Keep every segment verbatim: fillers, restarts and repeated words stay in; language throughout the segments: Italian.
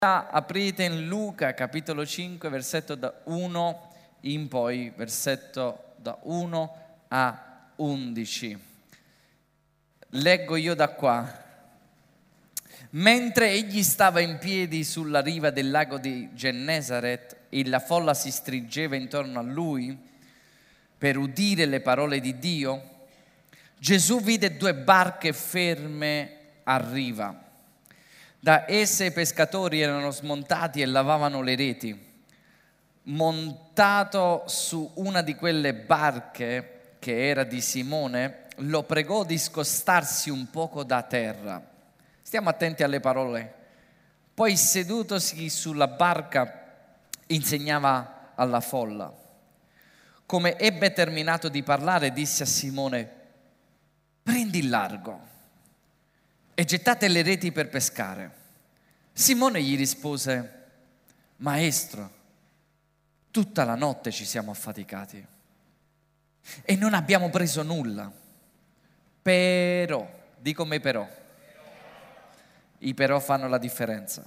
Aprite in Luca capitolo cinque, versetto da uno in poi, versetto da uno a undici. Leggo io da qua. Mentre egli stava in piedi sulla riva del lago di Gennesaret e la folla si stringeva intorno a lui per udire le parole di Dio, Gesù vide due barche ferme a riva. Da esse i pescatori erano smontati e lavavano le reti. Montato su una di quelle barche, che era di Simone, lo pregò di scostarsi un poco da terra. Stiamo attenti alle parole. Poi, sedutosi sulla barca, insegnava alla folla. Come ebbe terminato di parlare, disse a Simone: prendi il largo e gettate le reti per pescare. Simone gli rispose: Maestro, tutta la notte ci siamo affaticati e non abbiamo preso nulla. Però, di come però, i però fanno la differenza.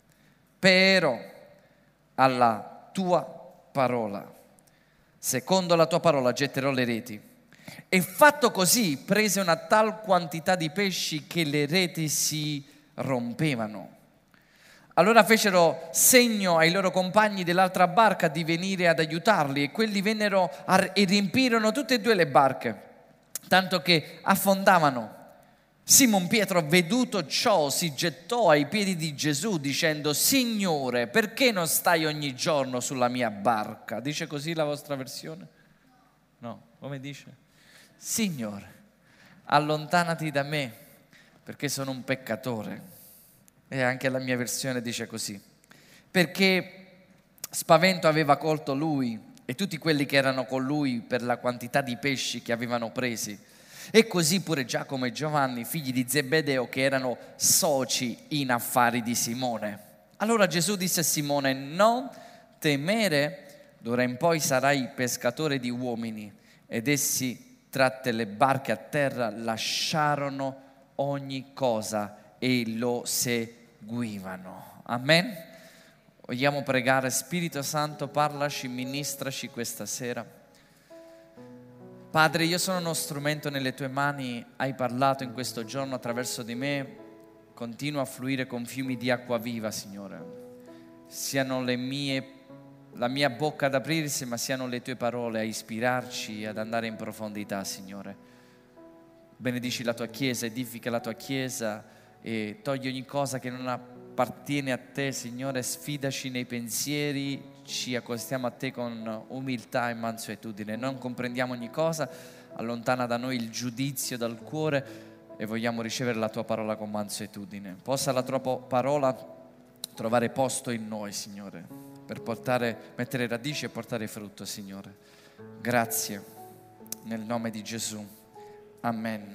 Però alla tua parola, secondo la tua parola, getterò le reti. E fatto così, prese una tal quantità di pesci che le reti si rompevano. Allora fecero segno ai loro compagni dell'altra barca di venire ad aiutarli, e quelli vennero a, e riempirono tutte e due le barche, tanto che affondavano. Simon Pietro, veduto ciò, si gettò ai piedi di Gesù dicendo: Signore, perché non stai ogni giorno sulla mia barca? Dice così la vostra versione? No, come dice? Signore, allontanati da me, perché sono un peccatore. E anche la mia versione dice così. Perché spavento aveva colto lui e tutti quelli che erano con lui per la quantità di pesci che avevano presi. E così pure Giacomo e Giovanni, figli di Zebedeo, che erano soci in affari di Simone. Allora Gesù disse a Simone: non temere, d'ora in poi sarai pescatore di uomini. Ed essi, tratte le barche a terra, lasciarono ogni cosa e lo seguivano. Amen. Vogliamo pregare. Spirito Santo, parlaci, ministraci questa sera. Padre, io sono uno strumento nelle tue mani, hai parlato in questo giorno attraverso di me, continua a fluire con fiumi di acqua viva, Signore. Siano le mie la mia bocca ad aprirsi, ma siano le tue parole a ispirarci ad andare in profondità, Signore. Benedici la tua Chiesa, edifica la tua Chiesa e togli ogni cosa che non appartiene a te, Signore. Sfidaci nei pensieri, ci accostiamo a te con umiltà e mansuetudine. Non comprendiamo ogni cosa, allontana da noi il giudizio dal cuore e vogliamo ricevere la tua parola con mansuetudine. Possa la tua parola trovare posto in noi, Signore, per portare, mettere radici e portare frutto, Signore. Grazie, nel nome di Gesù. Amen.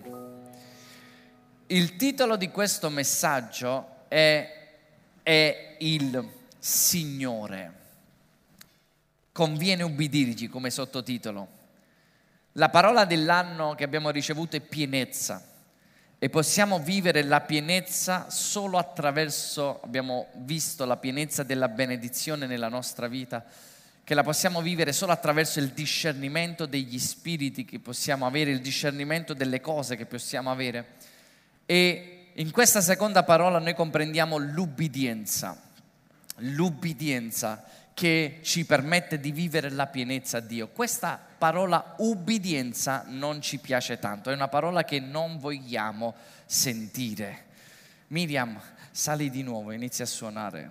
Il titolo di questo messaggio è, è il Signore. Conviene ubbidirgli come sottotitolo. La parola dell'anno che abbiamo ricevuto è pienezza. E possiamo vivere la pienezza solo attraverso, abbiamo visto la pienezza della benedizione nella nostra vita, che la possiamo vivere solo attraverso il discernimento degli spiriti che possiamo avere, il discernimento delle cose che possiamo avere. E in questa seconda parola noi comprendiamo l'ubbidienza, l'ubbidienza che ci permette di vivere la pienezza a Dio. Questa parola ubbidienza non ci piace tanto, è una parola che non vogliamo sentire. Miriam, sali di nuovo, inizia a suonare.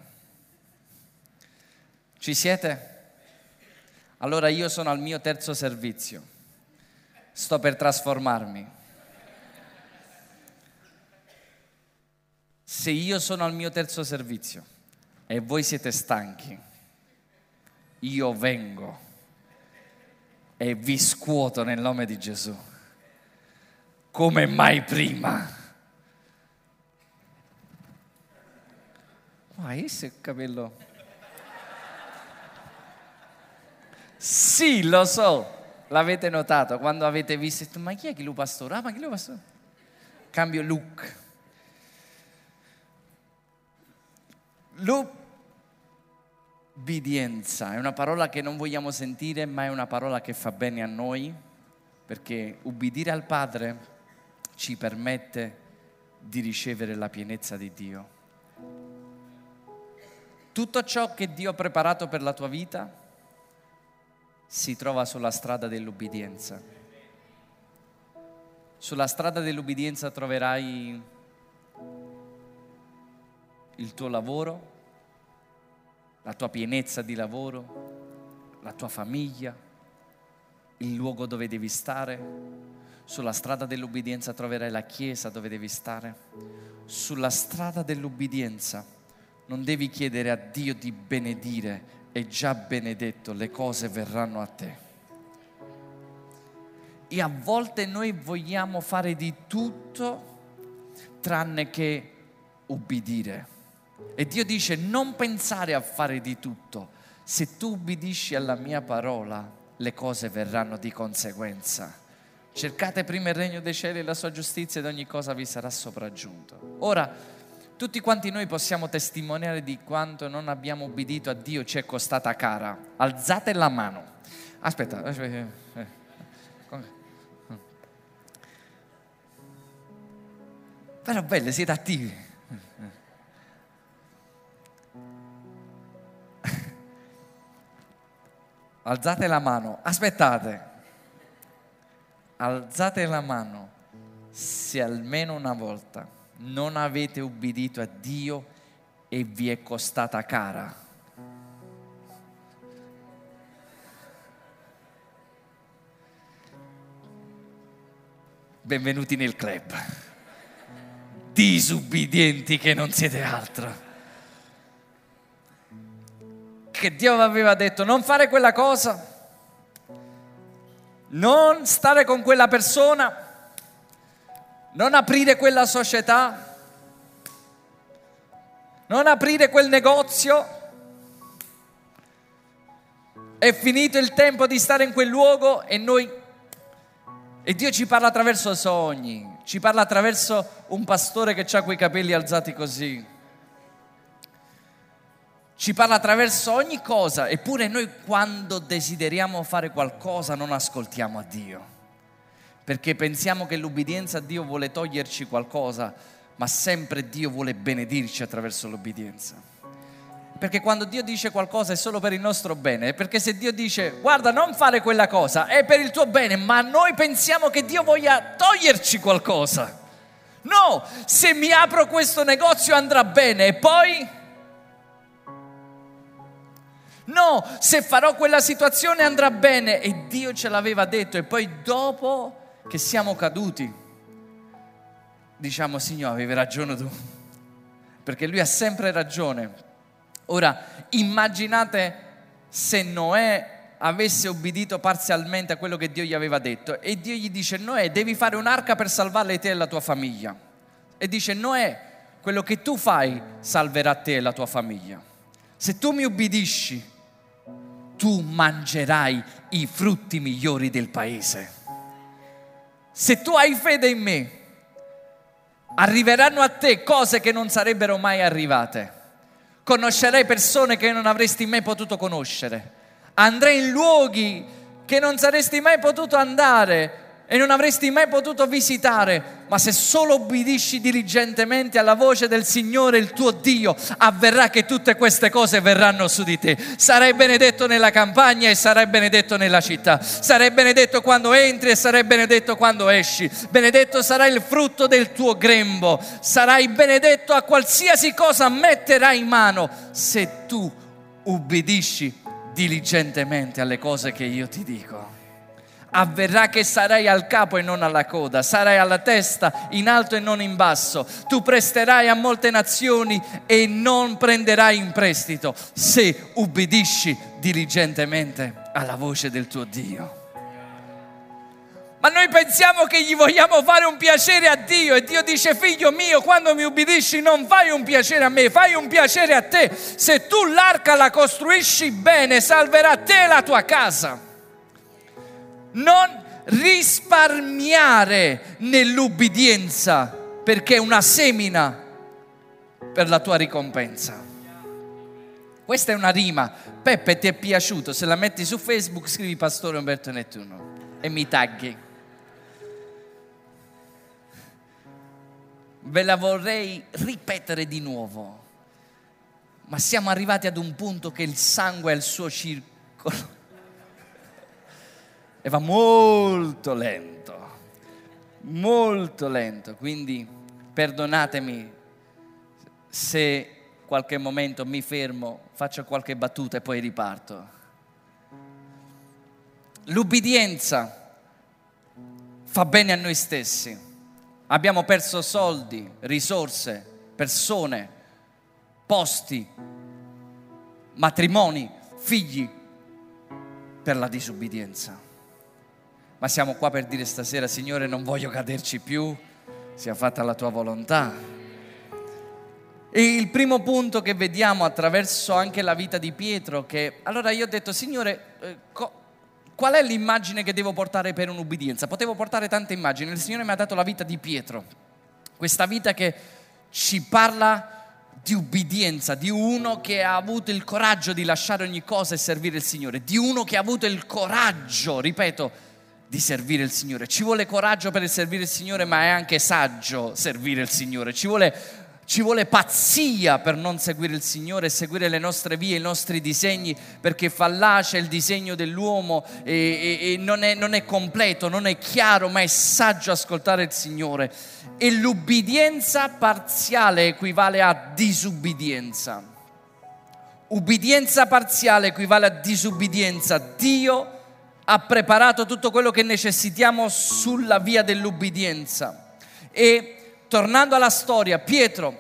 Ci siete? Allora io sono al mio terzo servizio, sto per trasformarmi. Se io sono al mio terzo servizio e voi siete stanchi, io vengo e vi scuoto nel nome di Gesù, come mai prima. Ma esse il capello? Sì, lo so, l'avete notato quando avete visto, ma chi è che lo pastore? Ah, ma chi lo pastore? Cambio look. L'ubbidienza è una parola che non vogliamo sentire, ma è una parola che fa bene a noi, perché ubbidire al Padre ci permette di ricevere la pienezza di Dio. Tutto ciò che Dio ha preparato per la tua vita si trova sulla strada dell'ubbidienza. Sulla strada dell'ubbidienza troverai il tuo lavoro, la tua pienezza di lavoro, la tua famiglia, il luogo dove devi stare. Sulla strada dell'ubbidienza troverai la chiesa dove devi stare. Sulla strada dell'ubbidienza non devi chiedere a Dio di benedire, è già benedetto, le cose verranno a te. E a volte noi vogliamo fare di tutto tranne che ubbidire. E Dio dice: non pensare a fare di tutto, se tu ubbidisci alla mia parola, le cose verranno di conseguenza. Cercate prima il regno dei cieli e la sua giustizia ed ogni cosa vi sarà sopraggiunto. Ora, tutti quanti noi possiamo testimoniare di quanto non abbiamo ubbidito a Dio, ci è costata cara. Alzate la mano. Aspetta, aspetta. Però belle, siete attivi. Alzate la mano, aspettate. Alzate la mano se almeno una volta non avete ubbidito a Dio e vi è costata cara. Benvenuti nel club. Disubbidienti che non siete altro. Che Dio vi aveva detto: non fare quella cosa, non stare con quella persona, non aprire quella società, non aprire quel negozio. È finito il tempo di stare in quel luogo e noi e Dio ci parla attraverso sogni, ci parla attraverso un pastore che ha quei capelli alzati così, ci parla attraverso ogni cosa. Eppure noi, quando desideriamo fare qualcosa, non ascoltiamo a Dio, perché pensiamo che l'ubbidienza a Dio vuole toglierci qualcosa, ma sempre Dio vuole benedirci attraverso l'ubbidienza. Perché quando Dio dice qualcosa è solo per il nostro bene, perché se Dio dice: guarda, non fare quella cosa, è per il tuo bene, ma noi pensiamo che Dio voglia toglierci qualcosa. No, se mi apro questo negozio andrà bene, e poi? No, se farò quella situazione andrà bene, e Dio ce l'aveva detto, e poi dopo che siamo caduti diciamo: Signore, avevi ragione tu, perché Lui ha sempre ragione. Ora immaginate se Noè avesse obbedito parzialmente a quello che Dio gli aveva detto, e Dio gli dice: Noè, devi fare un'arca per salvare te e la tua famiglia, e dice: Noè, quello che tu fai salverà te e la tua famiglia. Se tu mi ubbidisci, tu mangerai i frutti migliori del paese. Se tu hai fede in me, arriveranno a te cose che non sarebbero mai arrivate. Conoscerai persone che non avresti mai potuto conoscere. Andrai in luoghi che non saresti mai potuto andare e non avresti mai potuto visitare, ma se solo obbedisci diligentemente alla voce del Signore, il tuo Dio, avverrà che tutte queste cose verranno su di te. Sarai benedetto nella campagna e sarai benedetto nella città. Sarai benedetto quando entri e sarai benedetto quando esci. Benedetto sarà il frutto del tuo grembo. Sarai benedetto a qualsiasi cosa metterai in mano, se tu ubbidisci diligentemente alle cose che io ti dico. Avverrà che sarai al capo e non alla coda, sarai alla testa, in alto e non in basso. Tu presterai a molte nazioni e non prenderai in prestito, se ubbidisci diligentemente alla voce del tuo Dio. Ma noi pensiamo che gli vogliamo fare un piacere a Dio, e Dio dice: figlio mio, quando mi ubbidisci non fai un piacere a me, fai un piacere a te. Se tu l'arca la costruisci bene, salverà te e la tua casa. Non risparmiare nell'ubbidienza, perché è una semina per la tua ricompensa. Questa è una rima. Peppe, ti è piaciuto? Se la metti su Facebook scrivi Pastore Umberto Nettuno e mi tagghi. Ve la vorrei ripetere di nuvo, ma siamo arrivati ad un punto che il sangue è il suo circolo e va molto lento, molto lento, quindi perdonatemi se qualche momento mi fermo, faccio qualche battuta e poi riparto. L'ubbidienza fa bene a noi stessi. Abbiamo perso soldi, risorse, persone, posti, matrimoni, figli per la disubbidienza. Ma siamo qua per dire stasera: Signore, non voglio caderci più, sia fatta la tua volontà. E il primo punto che vediamo attraverso anche la vita di Pietro, che allora io ho detto: Signore, eh, co- qual è l'immagine che devo portare per un'ubbidienza? Potevo portare tante immagini, il Signore mi ha dato la vita di Pietro, questa vita che ci parla di ubbidienza, di uno che ha avuto il coraggio di lasciare ogni cosa e servire il Signore, di uno che ha avuto il coraggio, ripeto, di servire il Signore. Ci vuole coraggio per servire il Signore, ma è anche saggio servire il Signore. Ci vuole Ci vuole pazzia per non seguire il Signore e seguire le nostre vie, i nostri disegni, perché fallace il disegno dell'uomo e, e, e non, è, non è completo, non è chiaro, ma è saggio ascoltare il Signore. E l'ubbidienza parziale equivale a disubbidienza. Ubbidienza parziale equivale a disubbidienza. Dio ha preparato tutto quello che necessitiamo sulla via dell'ubbidienza. E tornando alla storia, Pietro,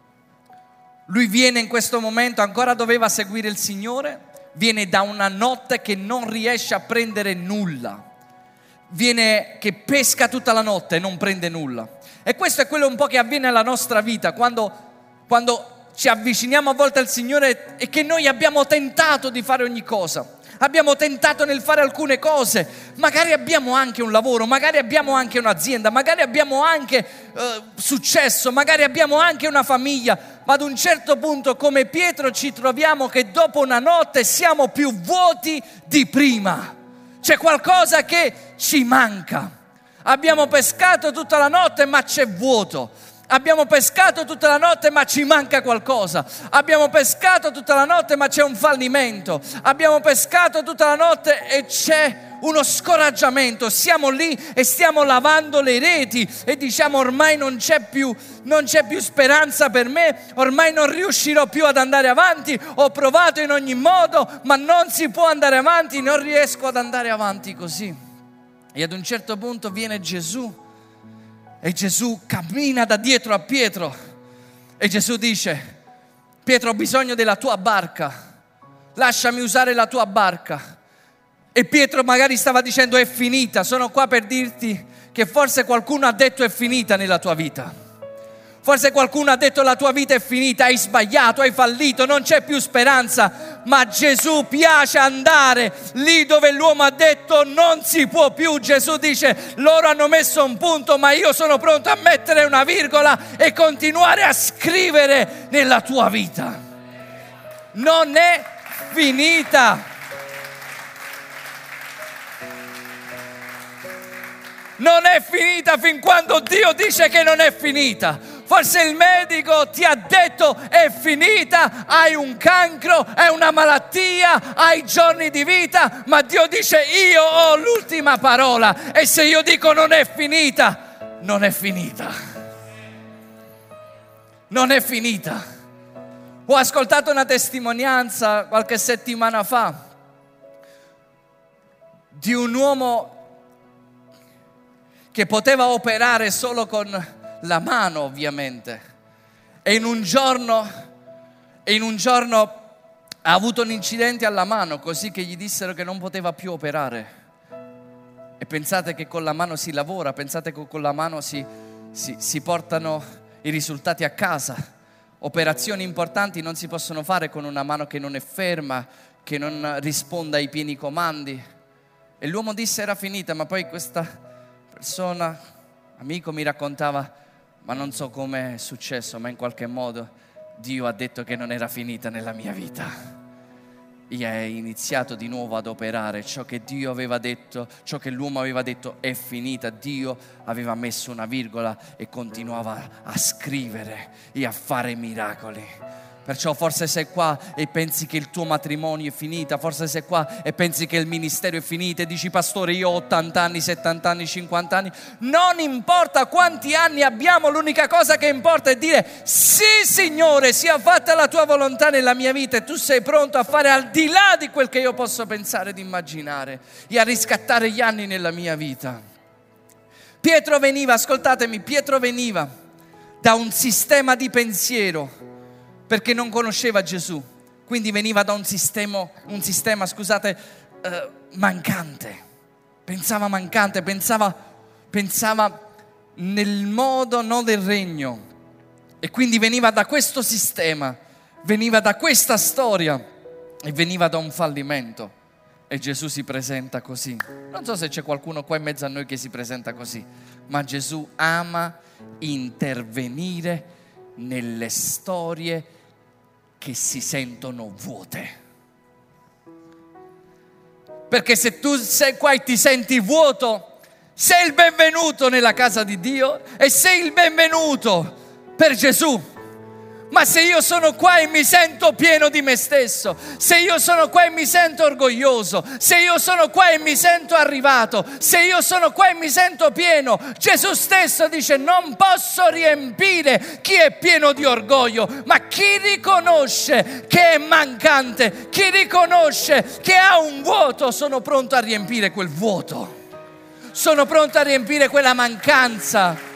lui viene in questo momento, ancora doveva seguire il Signore, viene da una notte che non riesce a prendere nulla, viene che pesca tutta la notte e non prende nulla. E questo è quello un po' che avviene nella nostra vita, quando, quando ci avviciniamo a volte al Signore e che noi abbiamo tentato di fare ogni cosa. Abbiamo tentato nel fare alcune cose, magari abbiamo anche un lavoro, magari abbiamo anche un'azienda, magari abbiamo anche eh, successo, magari abbiamo anche una famiglia, ma ad un certo punto come Pietro ci troviamo che dopo una notte siamo più vuoti di prima. C'è qualcosa che ci manca. Abbiamo pescato tutta la notte ma c'è vuoto. Abbiamo pescato tutta la notte ma ci manca qualcosa. Abbiamo pescato tutta la notte ma c'è un fallimento. Abbiamo pescato tutta la notte e c'è uno scoraggiamento. Siamo lì e stiamo lavando le reti e diciamo: ormai non c'è più, non c'è più speranza per me, ormai non riuscirò più ad andare avanti. Ho provato in ogni modo ma non si può andare avanti, non riesco ad andare avanti così. E ad un certo punto viene Gesù e Gesù cammina da dietro a Pietro e Gesù dice: Pietro, ho bisogno della tua barca, lasciami usare la tua barca. E Pietro magari stava dicendo: è finita. Sono qua per dirti che forse qualcuno ha detto è finita nella tua vita. Forse qualcuno ha detto la tua vita è finita, hai sbagliato, hai fallito, non c'è più speranza. Ma Gesù piace andare lì dove l'uomo ha detto non si può più. Gesù dice: loro hanno messo un punto, ma io sono pronto a mettere una virgola e continuare a scrivere nella tua vita. Non è finita. Non è finita fin quando Dio dice che non è finita. Forse il medico ti ha detto è finita, hai un cancro, è una malattia, hai giorni di vita, ma Dio dice io ho l'ultima parola e se io dico non è finita, non è finita. Non è finita. Ho ascoltato una testimonianza qualche settimana fa di un uomo che poteva operare solo con la mano, ovviamente, e in un giorno e in un giorno ha avuto un incidente alla mano, così che gli dissero che non poteva più operare. E pensate che con la mano si lavora, pensate che con la mano si, si, si portano i risultati a casa. Operazioni importanti non si possono fare con una mano che non è ferma, che non risponda ai pieni comandi. E l'uomo disse era finita, ma poi questa persona, amico, mi raccontava: ma non so come è successo, ma in qualche modo Dio ha detto che non era finita nella mia vita. e ha iniziato di nuovo ad operare ciò che Dio aveva detto, ciò che l'uomo aveva detto è finita. Dio aveva messo una virgola e continuava a scrivere e a fare miracoli. Perciò forse sei qua e pensi che il tuo matrimonio è finita, forse sei qua e pensi che il ministero è finito e dici: pastore, io ho ottanta anni, settanta anni, cinquanta anni. Non importa quanti anni abbiamo, l'unica cosa che importa è dire: sì Signore, sia fatta la tua volontà nella mia vita, e tu sei pronto a fare al di là di quel che io posso pensare ed immaginare e a riscattare gli anni nella mia vita. Pietro veniva, ascoltatemi, Pietro veniva da un sistema di pensiero, perché non conosceva Gesù, quindi veniva da un sistema, un sistema scusate, eh, mancante, pensava mancante, pensava, pensava nel modo non del regno, e quindi veniva da questo sistema, veniva da questa storia e veniva da un fallimento. E Gesù si presenta così. Non so se c'è qualcuno qua in mezzo a noi che si presenta così, ma Gesù ama intervenire nelle storie che si sentono vuote. Perché se tu sei qua e ti senti vuoto, sei il benvenuto nella casa di Dio e sei il benvenuto per Gesù. Ma se io sono qua e mi sento pieno di me stesso, se io sono qua e mi sento orgoglioso, se io sono qua e mi sento arrivato, se io sono qua e mi sento pieno, Gesù stesso dice: non posso riempire chi è pieno di orgoglio, ma chi riconosce che è mancante, chi riconosce che ha un vuoto, sono pronto a riempire quel vuoto, sono pronto a riempire quella mancanza.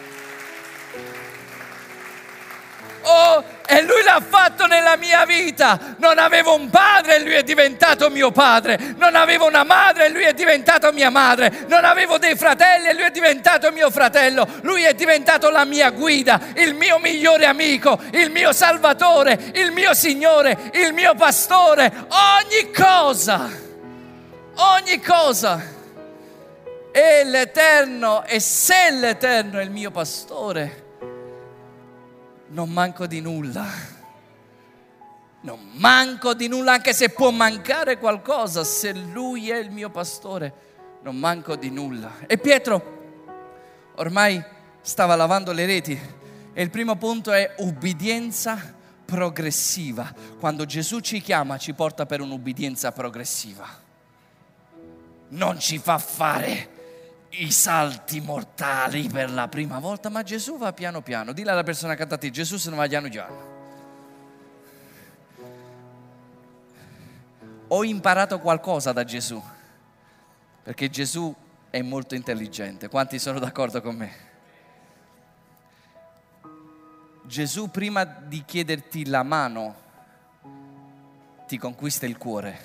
Oh, e Lui l'ha fatto nella mia vita. Non avevo un padre e Lui è diventato mio padre. Non avevo una madre e Lui è diventato mia madre. Non avevo dei fratelli e Lui è diventato mio fratello. Lui è diventato la mia guida, il mio migliore amico, il mio salvatore, il mio Signore, il mio pastore. Ogni cosa, ogni cosa. È l'Eterno, e se l'Eterno è il mio pastore, non manco di nulla, non manco di nulla, anche se può mancare qualcosa, se Lui è il mio pastore, non manco di nulla. E Pietro ormai stava lavando le reti, e il primo punto è ubbidienza progressiva. Quando Gesù ci chiama, ci porta per un'ubbidienza progressiva, non ci fa fare i salti mortali per la prima volta, ma Gesù va piano piano. Dilla alla persona accanto a te: Gesù se ne va piano piano. Ho imparato qualcosa da Gesù, perché Gesù è molto intelligente. Quanti sono d'accordo con me? Gesù, prima di chiederti la mano, ti conquista il cuore.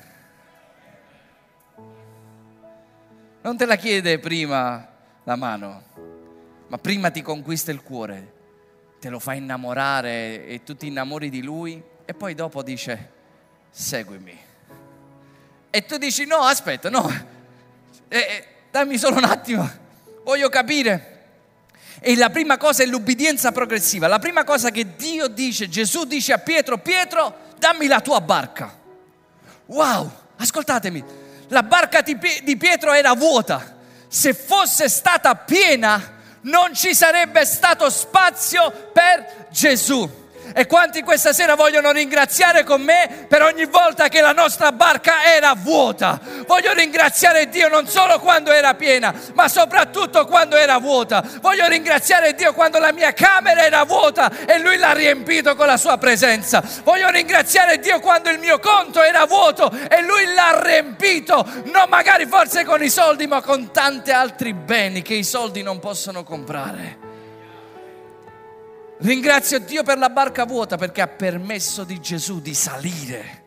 Non te la chiede prima la mano, ma prima ti conquista il cuore, te lo fa innamorare e tu ti innamori di Lui, e poi dopo dice: seguimi. E tu dici: no, aspetta, no, eh, dammi solo un attimo, voglio capire. E la prima cosa è l'ubbidienza progressiva. La prima cosa che Dio dice, Gesù dice a Pietro: Pietro, dammi la tua barca. Wow, ascoltatemi. La barca di Pietro era vuota. Se fosse stata piena, non ci sarebbe stato spazio per Gesù. E quanti questa sera vogliono ringraziare con me per ogni volta che la nostra barca era vuota? Voglio ringraziare Dio non solo quando era piena, ma soprattutto quando era vuota. Voglio ringraziare Dio quando la mia camera era vuota e Lui l'ha riempito con la sua presenza. Voglio ringraziare Dio quando il mio conto era vuoto e Lui l'ha riempito, non magari forse con i soldi, ma con tanti altri beni che i soldi non possono comprare. Ringrazio Dio per la barca vuota, perché ha permesso di Gesù di salire.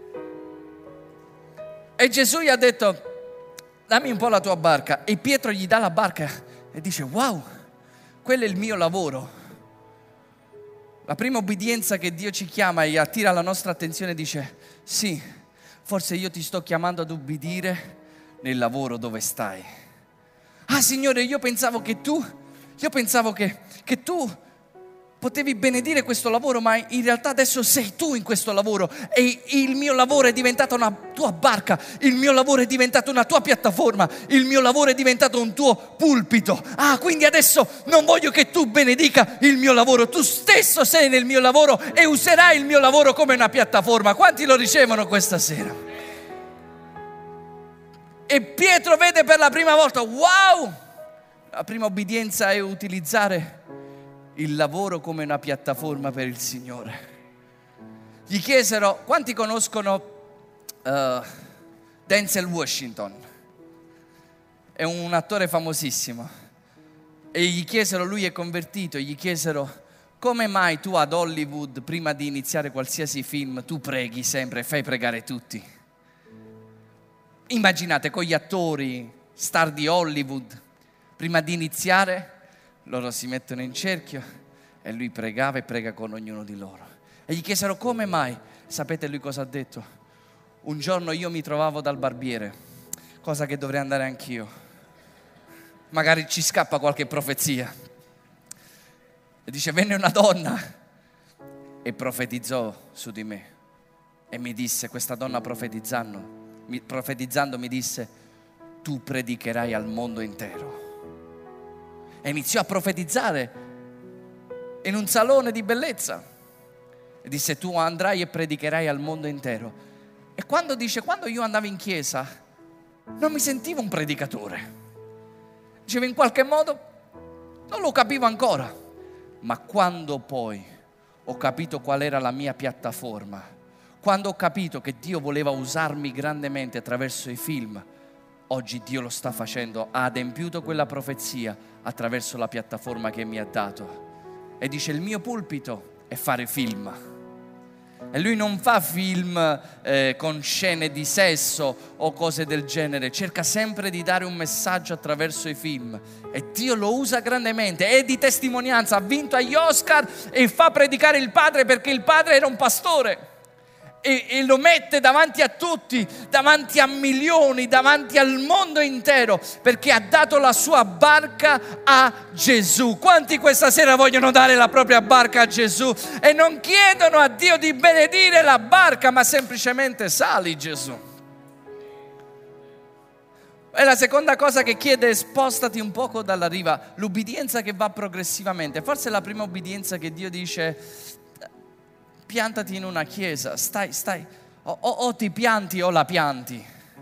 E Gesù gli ha detto: dammi un po' la tua barca. E Pietro gli dà la barca e dice: wow, quello è il mio lavoro. La prima obbedienza che Dio ci chiama e attira la nostra attenzione, dice: sì, forse io ti sto chiamando ad ubbidire nel lavoro dove stai. Ah Signore, io pensavo che tu, io pensavo che, che tu potevi benedire questo lavoro, ma in realtà adesso sei tu in questo lavoro e il mio lavoro è diventato una tua barca, il mio lavoro è diventato una tua piattaforma, il mio lavoro è diventato un tuo pulpito. Ah, quindi adesso non voglio che tu benedica il mio lavoro, tu stesso sei nel mio lavoro e userai il mio lavoro come una piattaforma. Quanti lo ricevono questa sera? E Pietro vede per la prima volta, wow, la prima obbedienza è utilizzare il lavoro come una piattaforma per il Signore. Gli chiesero, quanti conoscono uh, Denzel Washington? È un attore famosissimo. E gli chiesero, lui è convertito, gli chiesero, come mai tu ad Hollywood, prima di iniziare qualsiasi film, tu preghi sempre e fai pregare tutti? Immaginate con gli attori, star di Hollywood, prima di iniziare, loro si mettono in cerchio e lui pregava e prega con ognuno di loro. E gli chiesero come mai? Sapete lui cosa ha detto? Un giorno io mi trovavo dal barbiere, cosa che dovrei andare anch'io. Magari ci scappa qualche profezia. E dice, venne una donna e profetizzò su di me. E mi disse, questa donna profetizzando, mi, profetizzando mi disse, tu predicherai al mondo intero. E iniziò a profetizzare in un salone di bellezza e disse, tu andrai e predicherai al mondo intero. E quando dice, quando io andavo in chiesa non mi sentivo un predicatore, diceva, in qualche modo non lo capivo ancora, ma quando poi ho capito qual era la mia piattaforma, quando ho capito che Dio voleva usarmi grandemente attraverso i film, oggi Dio lo sta facendo, ha adempiuto quella profezia attraverso la piattaforma che mi ha dato. E dice, il mio pulpito è fare film. E lui non fa film eh, con scene di sesso o cose del genere, cerca sempre di dare un messaggio attraverso i film. E Dio lo usa grandemente, è di testimonianza, ha vinto agli Oscar e fa predicare il padre perché il padre era un pastore. E, e lo mette davanti a tutti, davanti a milioni, davanti al mondo intero, perché ha dato la sua barca a Gesù. Quanti questa sera vogliono dare la propria barca a Gesù e non chiedono a Dio di benedire la barca, ma semplicemente sali Gesù? E la seconda cosa che chiede è spostati un poco dalla riva, l'ubbidienza che va progressivamente. Forse la prima ubbidienza che Dio dice, piantati in una chiesa, stai, stai, o, o, o ti pianti o la pianti.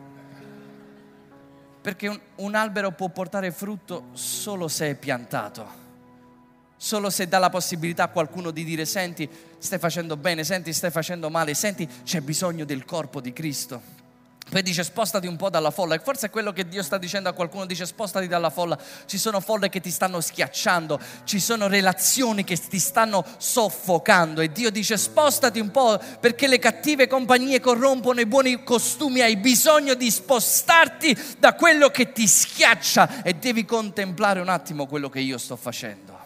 Perché un, un albero può portare frutto solo se è piantato, solo se dà la possibilità a qualcuno di dire, senti, stai facendo bene, senti, stai facendo male, senti, c'è bisogno del corpo di Cristo. Poi dice, spostati un po' dalla folla, e forse è quello che Dio sta dicendo a qualcuno, dice, spostati dalla folla. Ci sono folle che ti stanno schiacciando, ci sono relazioni che ti stanno soffocando, e Dio dice, spostati un po', perché le cattive compagnie corrompono i buoni costumi. Hai bisogno di spostarti da quello che ti schiaccia e devi contemplare un attimo quello che io sto facendo.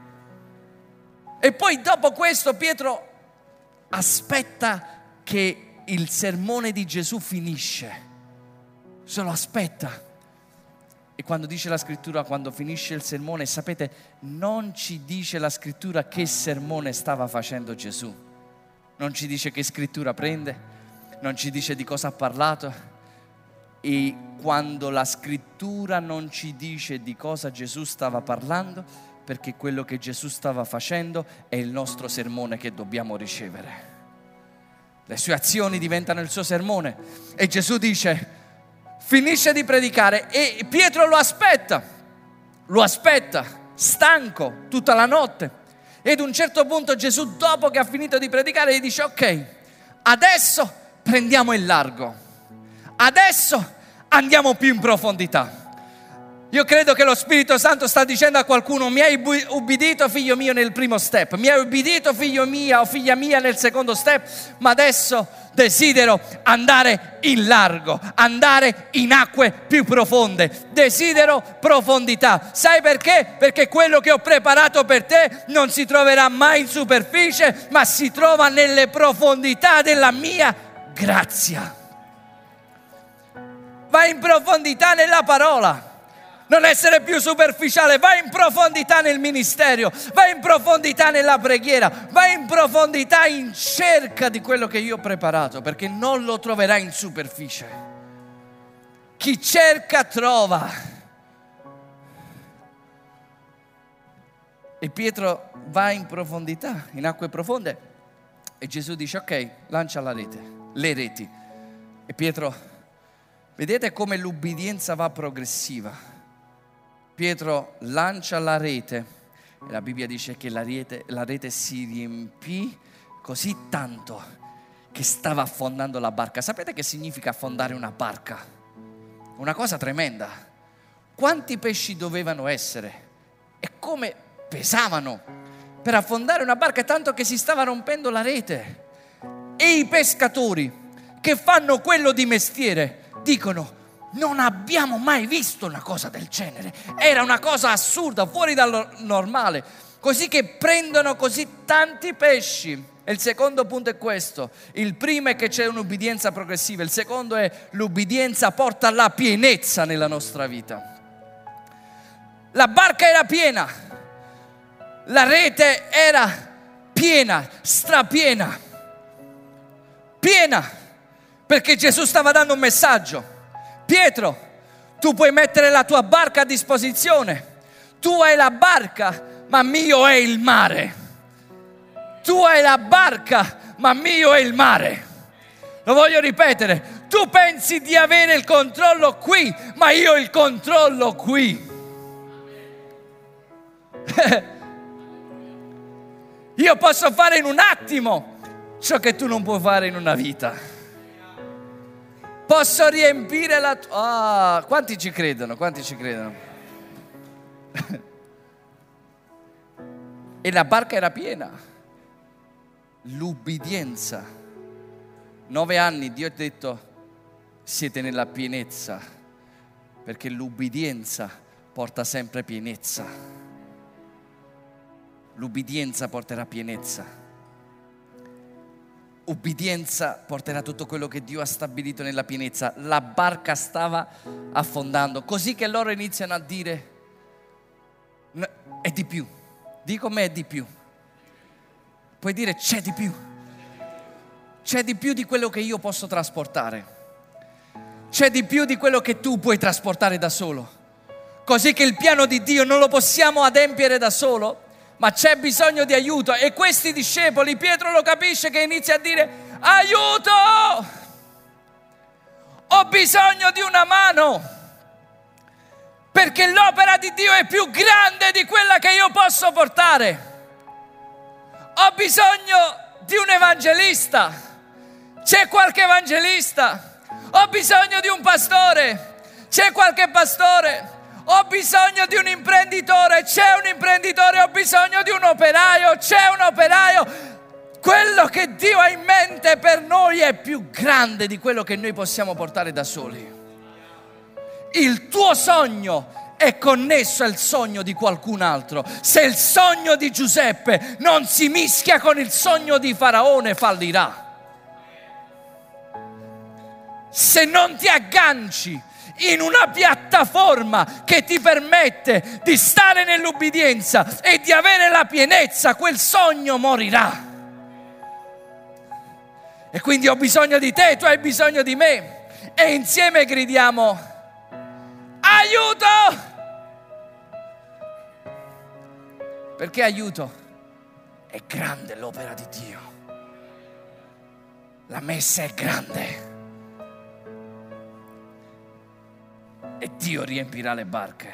E poi dopo questo Pietro aspetta che il sermone di Gesù finisce, se lo aspetta. E quando dice la scrittura, quando finisce il sermone, sapete, non ci dice la scrittura che sermone stava facendo Gesù, non ci dice che scrittura prende, non ci dice di cosa ha parlato. E quando la scrittura non ci dice di cosa Gesù stava parlando, perché quello che Gesù stava facendo è il nostro sermone che dobbiamo ricevere. Le sue azioni diventano il suo sermone. E Gesù dice, finisce di predicare, e Pietro lo aspetta, lo aspetta, stanco, tutta la notte. Ed a un certo punto Gesù, dopo che ha finito di predicare, gli dice, ok, adesso prendiamo il largo, adesso andiamo più in profondità. Io credo che lo Spirito Santo sta dicendo a qualcuno, mi hai ubbidito figlio mio nel primo step, mi hai ubbidito figlio mio o figlia mia nel secondo step, ma adesso desidero andare in largo, andare in acque più profonde, desidero profondità. Sai perché? Perché quello che ho preparato per te non si troverà mai in superficie, ma si trova nelle profondità della mia grazia. Vai in profondità nella parola. non essere più superficiale, vai in profondità nel ministero, vai in profondità nella preghiera, vai in profondità in cerca di quello che io ho preparato, perché non lo troverai in superficie. Chi cerca trova. E Pietro va in profondità, in acque profonde, e Gesù dice: ok, lancia la rete, le reti. E Pietro, vedete come l'ubbidienza va progressiva. Pietro lancia la rete e la Bibbia dice che la rete, la rete si riempì così tanto che stava affondando la barca. Sapete che significa affondare una barca? Una cosa tremenda. Quanti pesci dovevano essere e come pesavano per affondare una barca, tanto che si stava rompendo la rete. E i pescatori che fanno quello di mestiere dicono: non abbiamo mai visto una cosa del genere. Era una cosa assurda, fuori dal normale. Così che prendono così tanti pesci. E il secondo punto è questo. Il primo è che c'è un'ubbidienza progressiva. Il secondo è l'ubbidienza porta alla pienezza nella nostra vita. La barca era piena. La rete era piena, strapiena. Piena. Perché Gesù stava dando un messaggio. Pietro, tu puoi mettere la tua barca a disposizione. Tu hai la barca, ma mio è il mare. Tu hai la barca, ma mio è il mare. Lo voglio ripetere. Tu pensi di avere il controllo qui, ma io ho il controllo qui. Io posso fare in un attimo ciò che tu non puoi fare in una vita. Posso riempire la tua... Ah, quanti ci credono? Quanti ci credono? E la barca era piena. L'ubbidienza. Nove anni Dio ha detto: siete nella pienezza, perché l'ubbidienza porta sempre pienezza. L'ubbidienza porterà pienezza. Ubbidienza porterà tutto quello che Dio ha stabilito nella pienezza. La barca stava affondando, così che loro iniziano a dire: è di più. Dico me è di più. Puoi dire c'è di più. C'è di più di quello che io posso trasportare. C'è di più di quello che tu puoi trasportare da solo. Così che il piano di Dio non lo possiamo adempiere da solo, ma c'è bisogno di aiuto. E questi discepoli, Pietro lo capisce, che inizia a dire: aiuto! Ho bisogno di una mano, perché l'opera di Dio è più grande di quella che io posso portare. Ho bisogno di un evangelista. C'è qualche evangelista? Ho bisogno di un pastore. C'è qualche pastore? Ho bisogno di un imprenditore, c'è un imprenditore, ho bisogno di un operaio, c'è un operaio. Quello che Dio ha in mente per noi è più grande di quello che noi possiamo portare da soli. Il tuo sogno è connesso al sogno di qualcun altro. Se il sogno di Giuseppe non si mischia con il sogno di Faraone, fallirà. Se non ti agganci in una piattaforma che ti permette di stare nell'ubbidienza e di avere la pienezza, quel sogno morirà. E quindi ho bisogno di te, tu hai bisogno di me, e insieme gridiamo: aiuto! Perché aiuto? È grande l'opera di Dio. La messa è grande. E Dio riempirà le barche.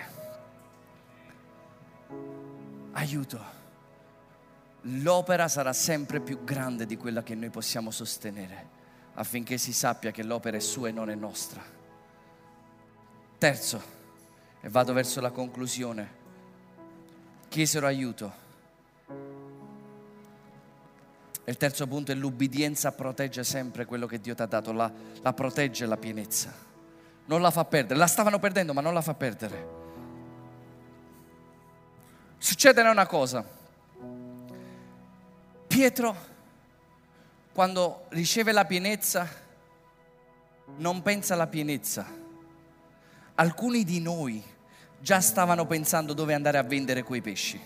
Aiuto. L'opera sarà sempre più grande di quella che noi possiamo sostenere, affinché si sappia che l'opera è sua e non è nostra. Terzo, e vado verso la conclusione, chiesero aiuto. E il terzo punto è: l'ubbidienza protegge sempre quello che Dio ti ha dato, la, la protegge la pienezza. Non la fa perdere, la stavano perdendo ma non la fa perdere. Succede una cosa: Pietro, quando riceve la pienezza, non pensa alla pienezza. Alcuni di noi già stavano pensando dove andare a vendere quei pesci.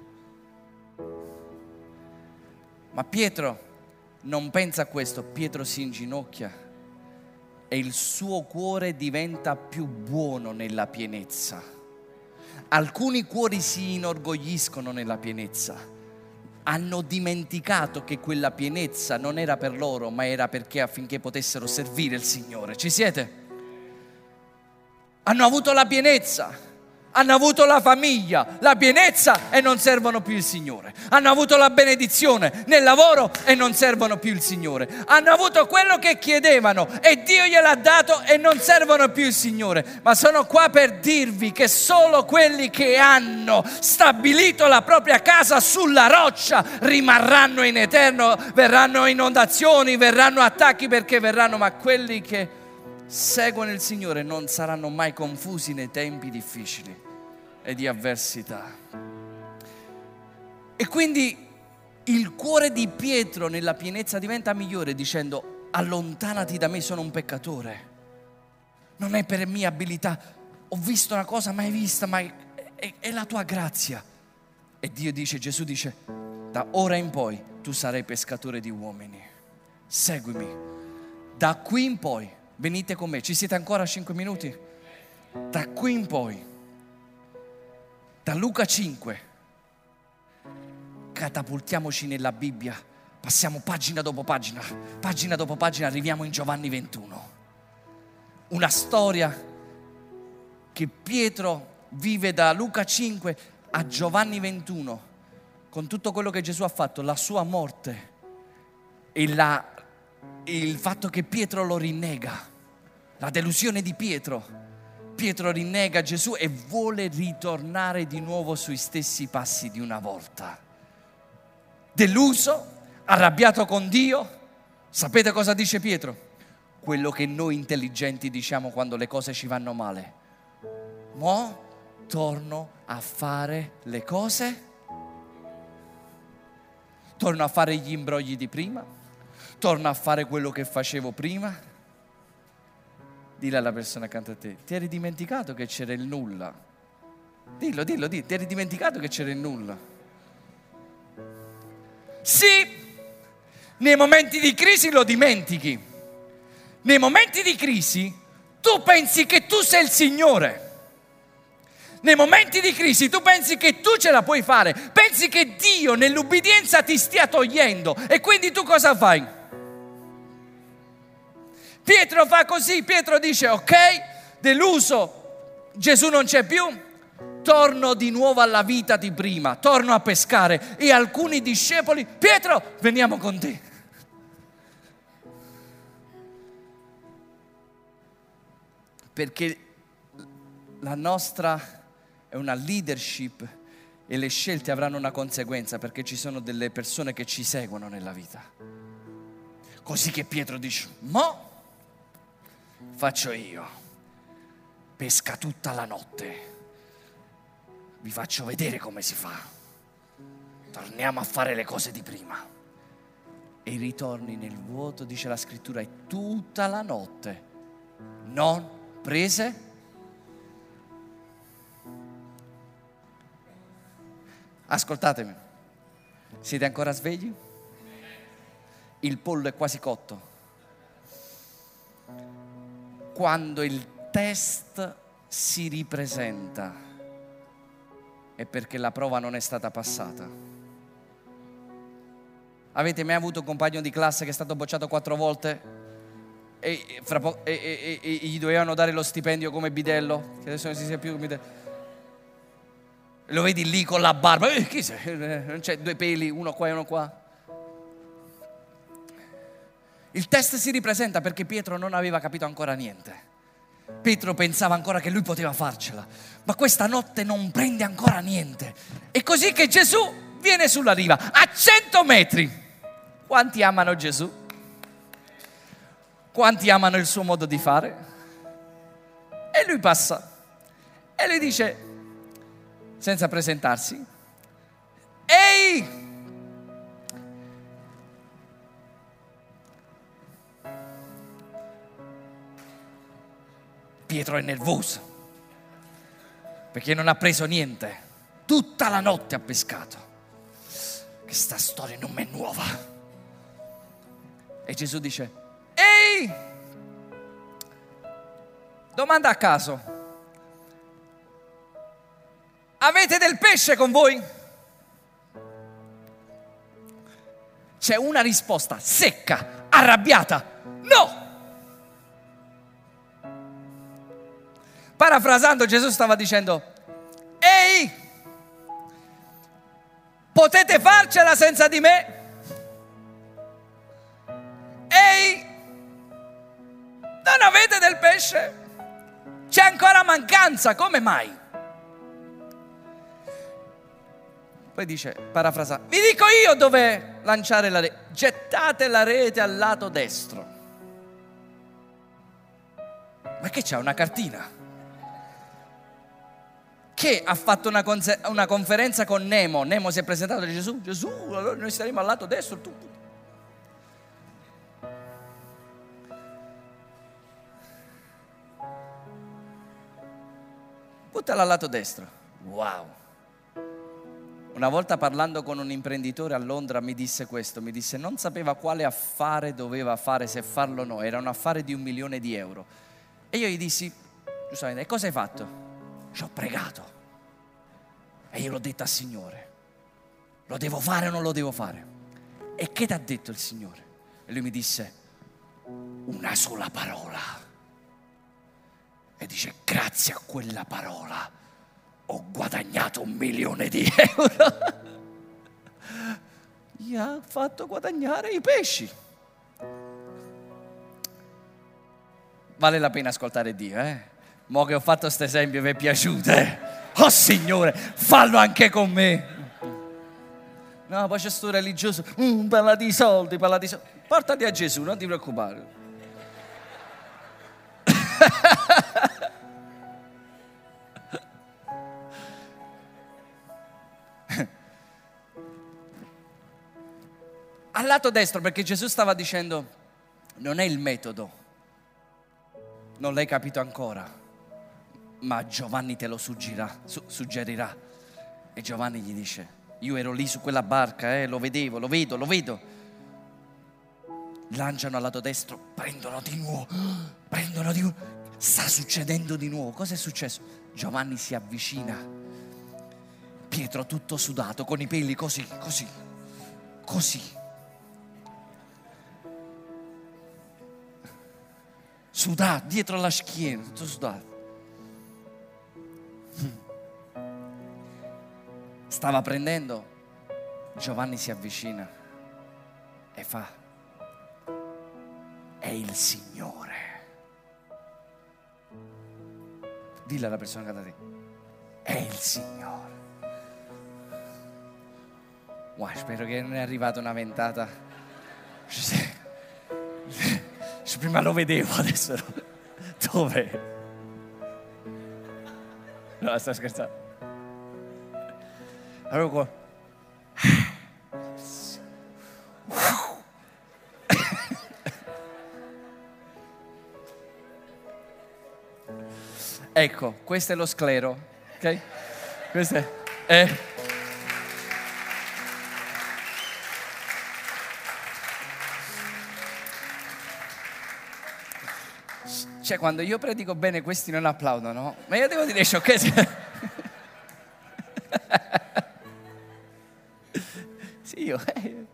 Ma Pietro non pensa a questo, Pietro si inginocchia e il suo cuore diventa più buono nella pienezza. Alcuni cuori si inorgogliscono nella pienezza, hanno dimenticato che quella pienezza non era per loro, ma era perché affinché potessero servire il Signore. Ci siete? Hanno avuto la pienezza, hanno avuto la famiglia, la pienezza e non servono più il Signore. Hanno avuto la benedizione nel lavoro e non servono più il Signore. Hanno avuto quello che chiedevano e Dio gliel'ha dato e non servono più il Signore. Ma sono qua per dirvi che solo quelli che hanno stabilito la propria casa sulla roccia rimarranno in eterno. Verranno inondazioni, verranno attacchi perché verranno, ma quelli che seguono il Signore non saranno mai confusi nei tempi difficili e di avversità. E quindi il cuore di Pietro nella pienezza diventa migliore dicendo: allontanati da me, sono un peccatore, non è per mia abilità, ho visto una cosa mai vista, ma è, è, è la tua grazia. E Dio dice, Gesù dice: da ora in poi tu sarai pescatore di uomini, seguimi. Da qui in poi venite con me. Ci siete ancora cinque minuti? Da qui in poi, da Luca cinque, catapultiamoci nella Bibbia, passiamo pagina dopo pagina, pagina dopo pagina, arriviamo in Giovanni ventuno. Una storia che Pietro vive da Luca cinque a Giovanni ventuno, con tutto quello che Gesù ha fatto, la sua morte e la, il fatto che Pietro lo rinnega, la delusione di Pietro. Pietro rinnega Gesù e vuole ritornare di nuovo sui stessi passi di una volta. Deluso, arrabbiato con Dio, sapete cosa dice Pietro? Quello che noi intelligenti diciamo quando le cose ci vanno male. Mo torno a fare le cose, torno a fare gli imbrogli di prima, torno a fare quello che facevo prima. Dillo alla persona accanto a te: ti eri dimenticato che c'era il nulla? Dillo, dillo, dillo, ti eri dimenticato che c'era il nulla? Sì, nei momenti di crisi lo dimentichi. Nei momenti di crisi tu pensi che tu sei il Signore. Nei momenti di crisi tu pensi che tu ce la puoi fare. Pensi che Dio nell'ubbidienza ti stia togliendo. E quindi tu cosa fai? Pietro fa così, Pietro dice: ok, deluso, Gesù non c'è più, torno di nuovo alla vita di prima, torno a pescare. E alcuni discepoli: Pietro, veniamo con te. Perché la nostra è una leadership e le scelte avranno una conseguenza, perché ci sono delle persone che ci seguono nella vita. Così che Pietro dice: mo faccio io, pesca tutta la notte, vi faccio vedere come si fa, torniamo a fare le cose di prima. E ritorni nel vuoto, dice la scrittura, e tutta la notte non prese. Ascoltatemi, siete ancora svegli? Il pollo è quasi cotto. Quando il test si ripresenta è perché la prova non è stata passata. Avete mai avuto un compagno di classe che è stato bocciato quattro volte e, fra po- e, e, e, e gli dovevano dare lo stipendio come bidello, che adesso non si sa più come bidello. Lo vedi lì con la barba, eh, chi sei? Non c'è due peli, uno qua e uno qua. Il test si ripresenta perché Pietro non aveva capito ancora niente. Pietro pensava ancora che lui poteva farcela, ma questa notte non prende ancora niente. È così che Gesù viene sulla riva, a cento metri. Quanti amano Gesù? Quanti amano il suo modo di fare? E lui passa e lui dice, senza presentarsi: ehi! Pietro è nervoso perché non ha preso niente. Tutta la notte ha pescato. Questa storia non mi è nuova. E Gesù dice: ehi, domanda a caso, avete del pesce con voi? C'è una risposta secca, arrabbiata: no! Parafrasando, Gesù stava dicendo: ehi, potete farcela senza di me? Ehi, non avete del pesce? C'è ancora mancanza, come mai? Poi dice, parafrasa, vi dico io dove lanciare la rete. Gettate la rete al lato destro. Ma che c'è, una cartina? Che ha fatto una, conse- una conferenza con Nemo. Nemo si è presentato a Gesù. Gesù, allora noi staremo al lato destro. Tu. Buttala al lato destro. Wow. Una volta parlando con un imprenditore a Londra mi disse questo. Mi disse, non sapeva quale affare doveva fare, se farlo o no. Era un affare di un milione di euro. E io gli dissi, giustamente, e cosa hai fatto? Ci ho pregato e io l'ho detto al Signore, lo devo fare o non lo devo fare? E che ti ha detto il Signore? E lui mi disse, una sola parola. E dice, grazie a quella parola ho guadagnato un milione di euro. Gli ha fatto guadagnare i pesci. Vale la pena ascoltare Dio, eh? Mo che ho fatto questo esempio vi è piaciuto, eh? Oh Signore, fallo anche con me. No, poi c'è sto religioso, mm, parla di soldi, parla di soldi. Portati a Gesù, non ti preoccupare. Al lato destro, perché Gesù stava dicendo, non è il metodo, non l'hai capito ancora, ma Giovanni te lo suggerirà, su, suggerirà. E Giovanni gli dice, io ero lì su quella barca, eh, lo vedevo, lo vedo, lo vedo. Lanciano al lato destro, prendono di nuovo, prendono di nuovo. Sta succedendo di nuovo. Cosa è successo? Giovanni si avvicina, Pietro tutto sudato, con i peli così, così, così. Sudato, dietro la schiena, tutto sudato. Stava prendendo, Giovanni si avvicina e fa, è il Signore. Dillo alla persona che sta da te, è il Signore. Wow, spero che non è arrivata una ventata. Prima lo vedevo, adesso no. Dove? No, sto scherzando. Allora qua. Ecco, questo è lo sclero, ok? Questo è... è Cioè, quando io predico bene, questi non applaudono, ma io devo dire sciocchezze. Sì, io. Eh.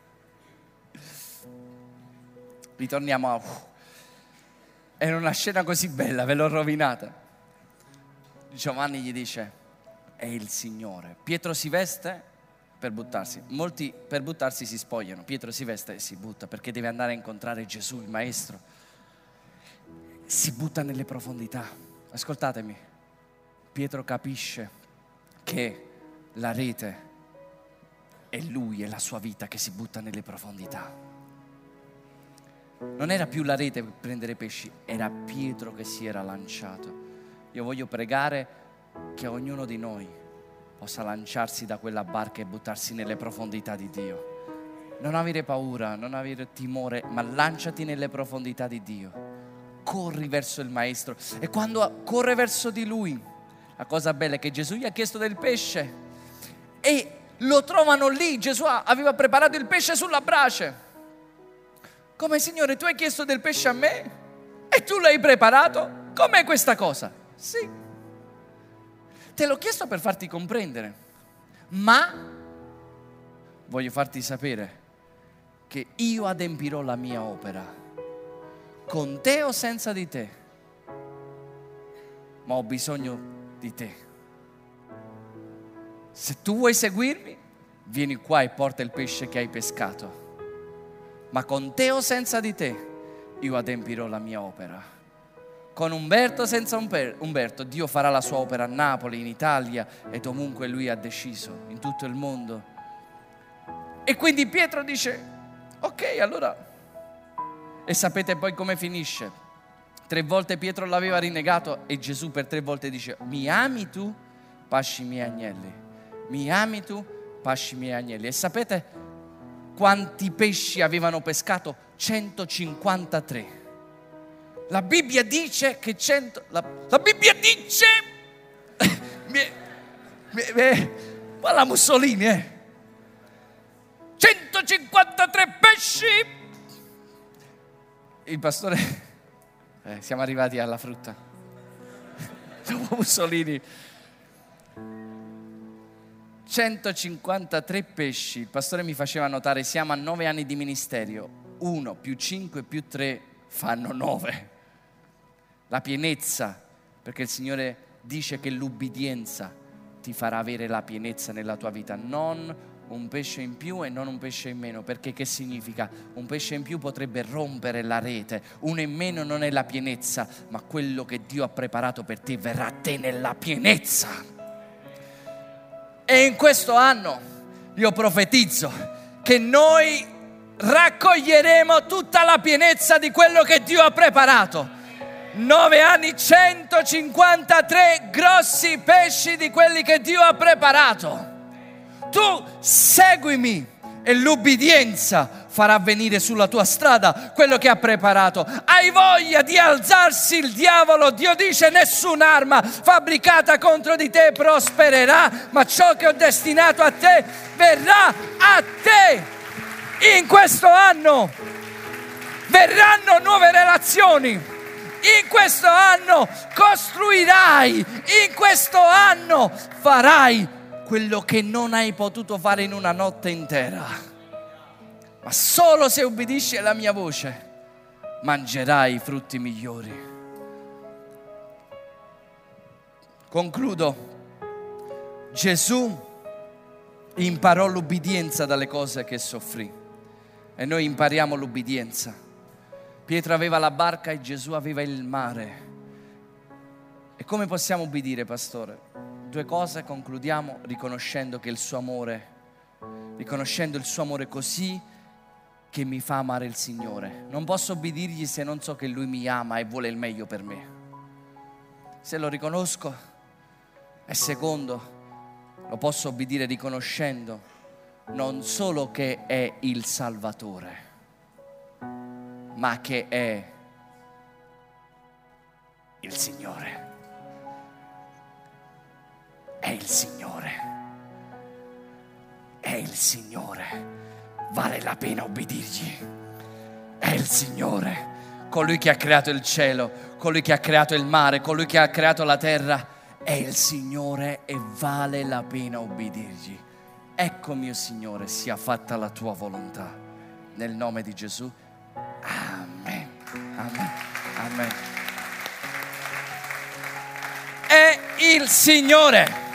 Ritorniamo a. Era una scena così bella, ve l'ho rovinata. Giovanni gli dice, è il Signore. Pietro si veste per buttarsi. Molti per buttarsi si spogliano. Pietro si veste e si butta perché deve andare a incontrare Gesù, il Maestro. Si butta nelle profondità. Ascoltatemi, Pietro capisce che la rete è lui e la sua vita che si butta nelle profondità. Non era più la rete per prendere pesci, era Pietro che si era lanciato. Io voglio pregare che ognuno di noi possa lanciarsi da quella barca e buttarsi nelle profondità di Dio. Non avere paura, non avere timore, ma lanciati nelle profondità di Dio. Corri verso il Maestro e quando corre verso di Lui, La cosa bella è che Gesù gli ha chiesto del pesce e lo trovano lì. Gesù aveva preparato il pesce sulla brace. Come: Signore, tu hai chiesto del pesce a me e tu l'hai preparato? Com'è questa cosa? Sì, te l'ho chiesto per farti comprendere, ma voglio farti sapere che io adempirò la mia opera, con te o senza di te, ma ho bisogno di te. Se tu vuoi seguirmi, vieni qua e porta il pesce che hai pescato, ma con te o senza di te, io adempirò la mia opera. Con Umberto o senza Umberto, Dio farà la sua opera a Napoli, in Italia e dovunque Lui ha deciso, in tutto il mondo. E quindi Pietro dice: ok, allora. E sapete poi come finisce? Tre volte Pietro l'aveva rinnegato e Gesù per tre volte dice: mi ami tu? Pasci i miei agnelli. Mi ami tu? Pasci i miei agnelli. E sapete quanti pesci avevano pescato? centocinquantatré. La Bibbia dice che cento... La, la Bibbia dice... mi, mi, mi, ma la Mussolini, eh? centocinquantatré pesci! Il pastore... Eh, siamo arrivati alla frutta. Dopo Mussolini. centocinquantatré pesci. Il pastore mi faceva notare: siamo a nove anni di ministero. Uno più cinque più tre fanno nove. La pienezza, perché il Signore dice che l'ubbidienza ti farà avere la pienezza nella tua vita, non un pesce in più e non un pesce in meno. Perché che significa? Un pesce in più potrebbe rompere la rete, uno in meno non è la pienezza, ma quello che Dio ha preparato per te verrà a te nella pienezza. E in questo anno io profetizzo che noi raccoglieremo tutta la pienezza di quello che Dio ha preparato. Nove anni, centocinquantatré grossi pesci di quelli che Dio ha preparato. Tu seguimi e l'ubbidienza farà venire sulla tua strada quello che ha preparato. Hai voglia di alzarsi il diavolo? Dio dice: nessun'arma fabbricata contro di te prospererà, ma ciò che ho destinato a te verrà a te. In questo anno verranno nuove relazioni. In questo anno costruirai, in questo anno farai quello che non hai potuto fare in una notte intera. Ma solo se ubbidisci alla mia voce mangerai i frutti migliori. Concludo. Gesù imparò l'ubbidienza dalle cose che soffrì e noi impariamo l'ubbidienza. Pietro aveva la barca e Gesù aveva il mare. E come possiamo ubbidire, pastore? Due cose, concludiamo riconoscendo che il suo amore, riconoscendo il suo amore così che mi fa amare il Signore. Non posso ubbidirgli se non so che Lui mi ama e vuole il meglio per me. Se lo riconosco. E secondo, lo posso obbedire riconoscendo non solo che è il Salvatore, ma che è il Signore. È il Signore. È il Signore. Vale la pena ubbidirgli. È il Signore. Colui che ha creato il cielo, colui che ha creato il mare, colui che ha creato la terra. È il Signore e vale la pena ubbidirgli. Ecco, mio Signore, sia fatta la tua volontà. Nel nome di Gesù. Amen. Amen. Amen. È il Signore.